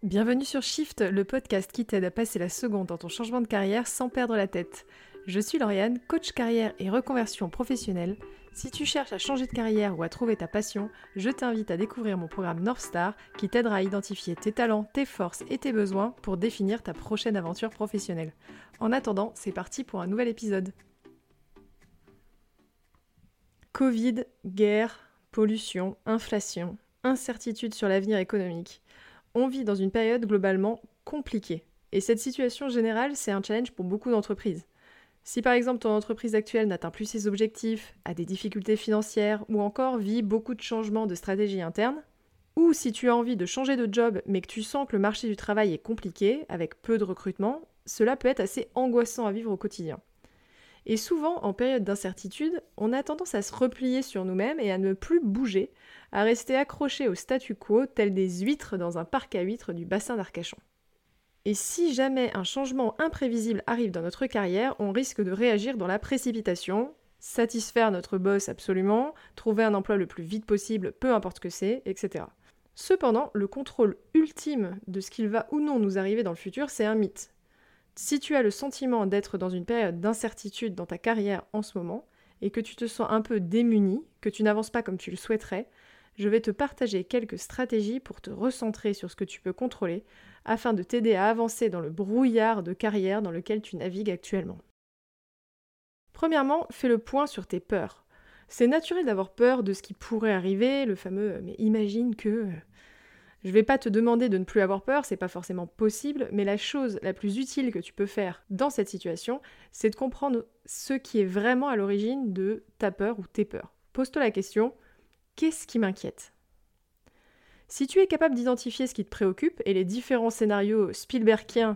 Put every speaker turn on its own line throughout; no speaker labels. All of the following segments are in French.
Bienvenue sur Shift, le podcast qui t'aide à passer la seconde dans ton changement de carrière sans perdre la tête. Je suis Lauriane, coach carrière et reconversion professionnelle. Si tu cherches à changer de carrière ou à trouver ta passion, je t'invite à découvrir mon programme North Star qui t'aidera à identifier tes talents, tes forces et tes besoins pour définir ta prochaine aventure professionnelle. En attendant, c'est parti pour un nouvel épisode. Covid, guerre, pollution, inflation, incertitude sur l'avenir économique. On vit dans une période globalement compliquée. Et cette situation générale, c'est un challenge pour beaucoup d'entreprises. Si par exemple ton entreprise actuelle n'atteint plus ses objectifs, a des difficultés financières ou encore vit beaucoup de changements de stratégie interne, ou si tu as envie de changer de job mais que tu sens que le marché du travail est compliqué, avec peu de recrutement, cela peut être assez angoissant à vivre au quotidien. Et souvent, en période d'incertitude, on a tendance à se replier sur nous-mêmes et à ne plus bouger, à rester accrochés au statu quo, tels des huîtres dans un parc à huîtres du bassin d'Arcachon. Et si jamais un changement imprévisible arrive dans notre carrière, on risque de réagir dans la précipitation, satisfaire notre boss absolument, trouver un emploi le plus vite possible, peu importe ce que c'est, etc. Cependant, le contrôle ultime de ce qu'il va ou non nous arriver dans le futur, c'est un mythe. Si tu as le sentiment d'être dans une période d'incertitude dans ta carrière en ce moment, et que tu te sens un peu démuni, que tu n'avances pas comme tu le souhaiterais, je vais te partager quelques stratégies pour te recentrer sur ce que tu peux contrôler, afin de t'aider à avancer dans le brouillard de carrière dans lequel tu navigues actuellement. Premièrement, fais le point sur tes peurs. C'est naturel d'avoir peur de ce qui pourrait arriver, le fameux « mais imagine que… » Je vais pas te demander de ne plus avoir peur, c'est pas forcément possible, mais la chose la plus utile que tu peux faire dans cette situation, c'est de comprendre ce qui est vraiment à l'origine de ta peur ou tes peurs. Pose-toi la question, qu'est-ce qui m'inquiète ? Si tu es capable d'identifier ce qui te préoccupe et les différents scénarios Spielbergiens,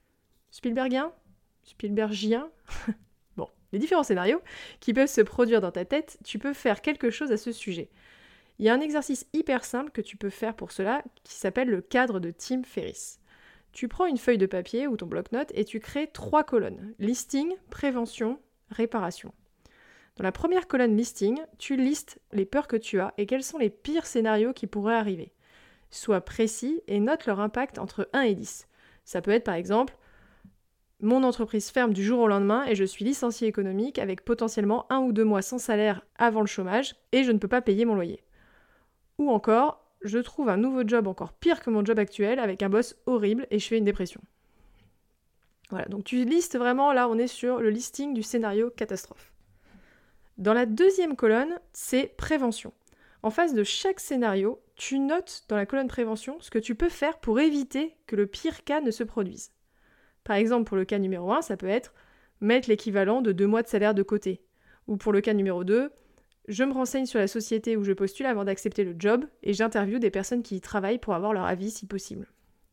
les différents scénarios qui peuvent se produire dans ta tête, tu peux faire quelque chose à ce sujet. Il y a un exercice hyper simple que tu peux faire pour cela qui s'appelle le cadre de Tim Ferriss. Tu prends une feuille de papier ou ton bloc-notes et tu crées 3 colonnes. Listing, prévention, réparation. Dans la première colonne listing, tu listes les peurs que tu as et quels sont les pires scénarios qui pourraient arriver. Sois précis et note leur impact entre 1 et 10. Ça peut être par exemple, mon entreprise ferme du jour au lendemain et je suis licencié économique avec potentiellement 1 ou 2 mois sans salaire avant le chômage et je ne peux pas payer mon loyer. Ou encore, je trouve un nouveau job encore pire que mon job actuel avec un boss horrible et je fais une dépression. Voilà, donc tu listes vraiment, là on est sur le listing du scénario catastrophe. Dans la deuxième colonne, c'est prévention. En face de chaque scénario, tu notes dans la colonne prévention ce que tu peux faire pour éviter que le pire cas ne se produise. Par exemple, pour le cas numéro 1, ça peut être mettre l'équivalent de 2 mois de salaire de côté. Ou pour le cas numéro 2, je me renseigne sur la société où je postule avant d'accepter le job et j'interviewe des personnes qui y travaillent pour avoir leur avis si possible.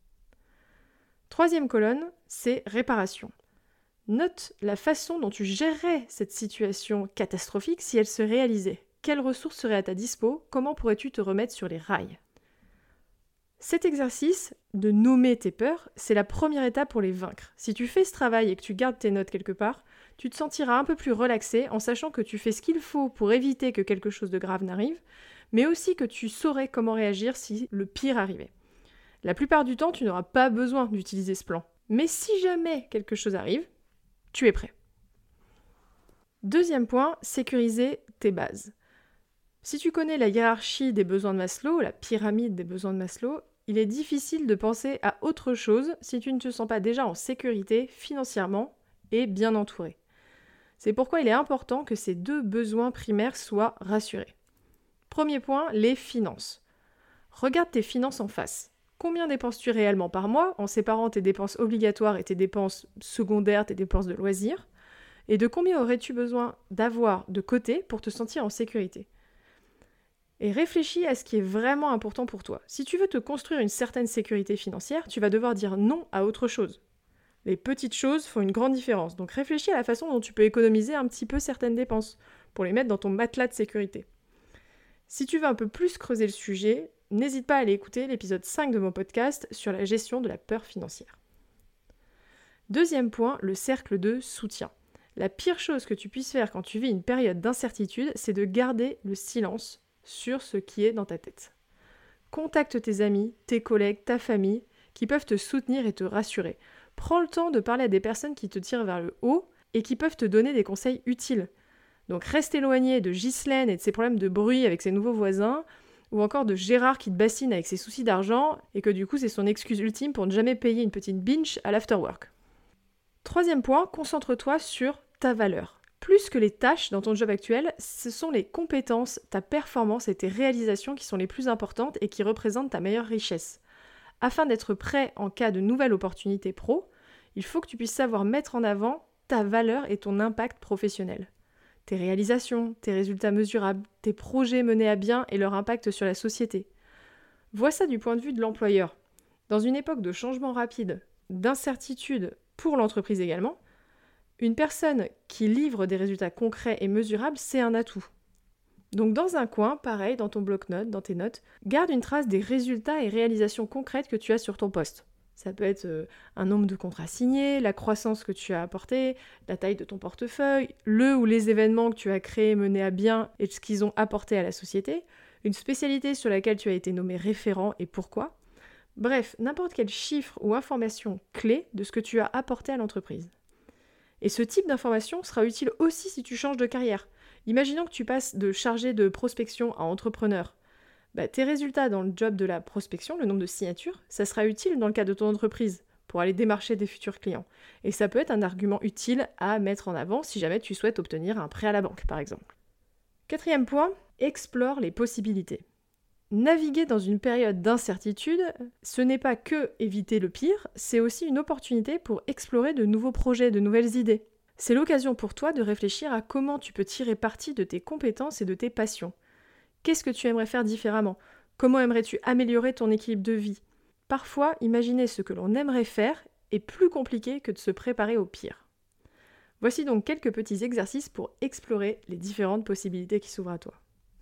Troisième colonne, c'est réparation. Note la façon dont tu gérerais cette situation catastrophique si elle se réalisait. Quelles ressources seraient à ta dispo ? Comment pourrais-tu te remettre sur les rails ? Cet exercice de nommer tes peurs, c'est la première étape pour les vaincre. Si tu fais ce travail et que tu gardes tes notes quelque part, tu te sentiras un peu plus relaxé en sachant que tu fais ce qu'il faut pour éviter que quelque chose de grave n'arrive, mais aussi que tu saurais comment réagir si le pire arrivait. La plupart du temps, tu n'auras pas besoin d'utiliser ce plan. Mais si jamais quelque chose arrive, tu es prêt. Deuxième point, sécuriser tes bases. Si tu connais la hiérarchie des besoins de Maslow, la pyramide des besoins de Maslow, il est difficile de penser à autre chose si tu ne te sens pas déjà en sécurité financièrement et bien entouré. C'est pourquoi il est important que ces 2 besoins primaires soient rassurés. Premier point, les finances. Regarde tes finances en face. Combien dépenses-tu réellement par mois en séparant tes dépenses obligatoires et tes dépenses secondaires, tes dépenses de loisirs ? Et de combien aurais-tu besoin d'avoir de côté pour te sentir en sécurité ? Et réfléchis à ce qui est vraiment important pour toi. Si tu veux te construire une certaine sécurité financière, tu vas devoir dire non à autre chose. Les petites choses font une grande différence, donc réfléchis à la façon dont tu peux économiser un petit peu certaines dépenses pour les mettre dans ton matelas de sécurité. Si tu veux un peu plus creuser le sujet, n'hésite pas à aller écouter l'épisode 5 de mon podcast sur la gestion de la peur financière. Deuxième point, le cercle de soutien. La pire chose que tu puisses faire quand tu vis une période d'incertitude, c'est de garder le silence sur ce qui est dans ta tête. Contacte tes amis, tes collègues, ta famille, qui peuvent te soutenir et te rassurer. Prends le temps de parler à des personnes qui te tirent vers le haut et qui peuvent te donner des conseils utiles. Donc reste éloigné de Ghislaine et de ses problèmes de bruit avec ses nouveaux voisins, ou encore de Gérard qui te bassine avec ses soucis d'argent et que du coup c'est son excuse ultime pour ne jamais payer une petite binge à l'afterwork. Troisième point, concentre-toi sur ta valeur. Plus que les tâches dans ton job actuel, ce sont les compétences, ta performance et tes réalisations qui sont les plus importantes et qui représentent ta meilleure richesse. Afin d'être prêt en cas de nouvelle opportunité pro, il faut que tu puisses savoir mettre en avant ta valeur et ton impact professionnel. Tes réalisations, tes résultats mesurables, tes projets menés à bien et leur impact sur la société. Vois ça du point de vue de l'employeur. Dans une époque de changement rapide, d'incertitude pour l'entreprise également, une personne qui livre des résultats concrets et mesurables, c'est un atout. Donc dans un coin, pareil, dans ton bloc-notes, dans tes notes, garde une trace des résultats et réalisations concrètes que tu as sur ton poste. Ça peut être un nombre de contrats signés, la croissance que tu as apportée, la taille de ton portefeuille, le ou les événements que tu as créés, menés à bien et ce qu'ils ont apporté à la société, une spécialité sur laquelle tu as été nommé référent et pourquoi. Bref, n'importe quel chiffre ou information clé de ce que tu as apporté à l'entreprise. Et ce type d'information sera utile aussi si tu changes de carrière. Imaginons que tu passes de chargé de prospection à entrepreneur. Tes résultats dans le job de la prospection, le nombre de signatures, ça sera utile dans le cas de ton entreprise pour aller démarcher des futurs clients. Et ça peut être un argument utile à mettre en avant si jamais tu souhaites obtenir un prêt à la banque, par exemple. Quatrième point, explore les possibilités. Naviguer dans une période d'incertitude, ce n'est pas que éviter le pire, c'est aussi une opportunité pour explorer de nouveaux projets, de nouvelles idées. C'est l'occasion pour toi de réfléchir à comment tu peux tirer parti de tes compétences et de tes passions. Qu'est-ce que tu aimerais faire différemment ? Comment aimerais-tu améliorer ton équilibre de vie ? Parfois, imaginer ce que l'on aimerait faire est plus compliqué que de se préparer au pire. Voici donc quelques petits exercices pour explorer les différentes possibilités qui s'ouvrent à toi.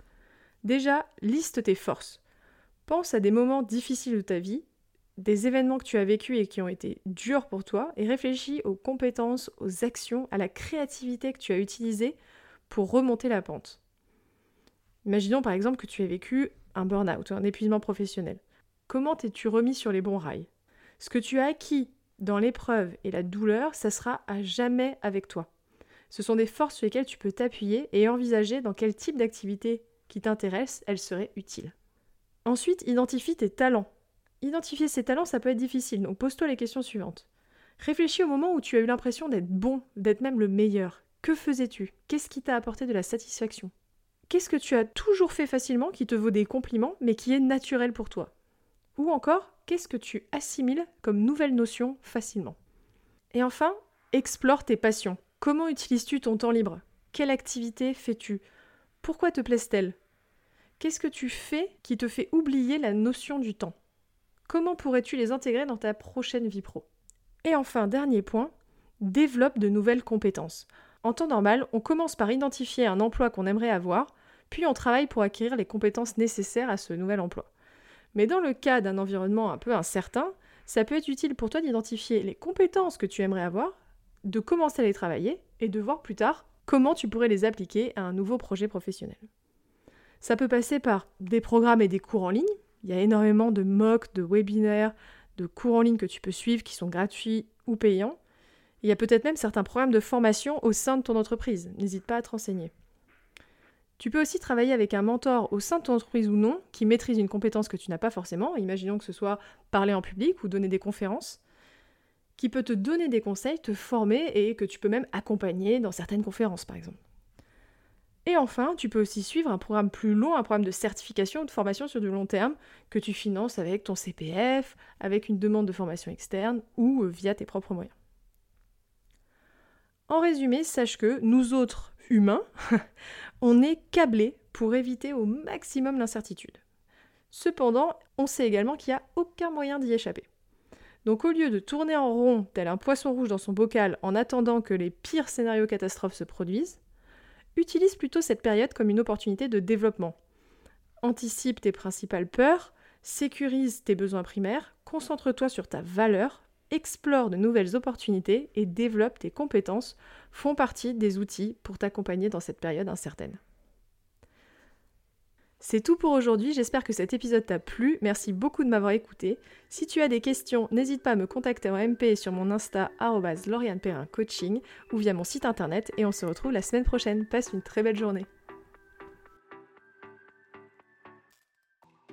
Déjà, liste tes forces. Pense à des moments difficiles de ta vie, des événements que tu as vécus et qui ont été durs pour toi, et réfléchis aux compétences, aux actions, à la créativité que tu as utilisée pour remonter la pente. Imaginons par exemple que tu aies vécu un burn-out ou un épuisement professionnel. Comment t'es-tu remis sur les bons rails ? Ce que tu as acquis dans l'épreuve et la douleur, ça sera à jamais avec toi. Ce sont des forces sur lesquelles tu peux t'appuyer et envisager dans quel type d'activité qui t'intéresse, elles seraient utiles. Ensuite, identifie tes talents. Identifier ses talents, ça peut être difficile, donc pose-toi les questions suivantes. Réfléchis au moment où tu as eu l'impression d'être bon, d'être même le meilleur. Que faisais-tu ? Qu'est-ce qui t'a apporté de la satisfaction ? Qu'est-ce que tu as toujours fait facilement qui te vaut des compliments mais qui est naturel pour toi ? Ou encore, qu'est-ce que tu assimiles comme nouvelle notion facilement ? Et enfin, explore tes passions. Comment utilises-tu ton temps libre ? Quelle activité fais-tu ? Pourquoi te plaisent-elles ? Qu'est-ce que tu fais qui te fait oublier la notion du temps ? Comment pourrais-tu les intégrer dans ta prochaine vie pro ? Et enfin, dernier point, développe de nouvelles compétences. En temps normal, on commence par identifier un emploi qu'on aimerait avoir, puis on travaille pour acquérir les compétences nécessaires à ce nouvel emploi. Mais dans le cas d'un environnement un peu incertain, ça peut être utile pour toi d'identifier les compétences que tu aimerais avoir, de commencer à les travailler et de voir plus tard comment tu pourrais les appliquer à un nouveau projet professionnel. Ça peut passer par des programmes et des cours en ligne. Il y a énormément de MOOC, de webinaires, de cours en ligne que tu peux suivre qui sont gratuits ou payants. Il y a peut-être même certains programmes de formation au sein de ton entreprise. N'hésite pas à te renseigner. Tu peux aussi travailler avec un mentor au sein de ton entreprise ou non, qui maîtrise une compétence que tu n'as pas forcément, imaginons que ce soit parler en public ou donner des conférences, qui peut te donner des conseils, te former et que tu peux même accompagner dans certaines conférences par exemple. Et enfin, tu peux aussi suivre un programme plus long, un programme de certification ou de formation sur du long terme que tu finances avec ton CPF, avec une demande de formation externe ou via tes propres moyens. En résumé, sache que nous autres humains, on est câblés pour éviter au maximum l'incertitude. Cependant, on sait également qu'il n'y a aucun moyen d'y échapper. Donc au lieu de tourner en rond tel un poisson rouge dans son bocal en attendant que les pires scénarios catastrophes se produisent, utilise plutôt cette période comme une opportunité de développement. Anticipe tes principales peurs, sécurise tes besoins primaires, concentre-toi sur ta valeur, explore de nouvelles opportunités et développe tes compétences, font partie des outils pour t'accompagner dans cette période incertaine. C'est tout pour aujourd'hui, j'espère que cet épisode t'a plu, merci beaucoup de m'avoir écouté. Si tu as des questions, n'hésite pas à me contacter en MP sur mon Insta @laurianeperrincoaching ou via mon site internet et on se retrouve la semaine prochaine. Passe une très belle journée.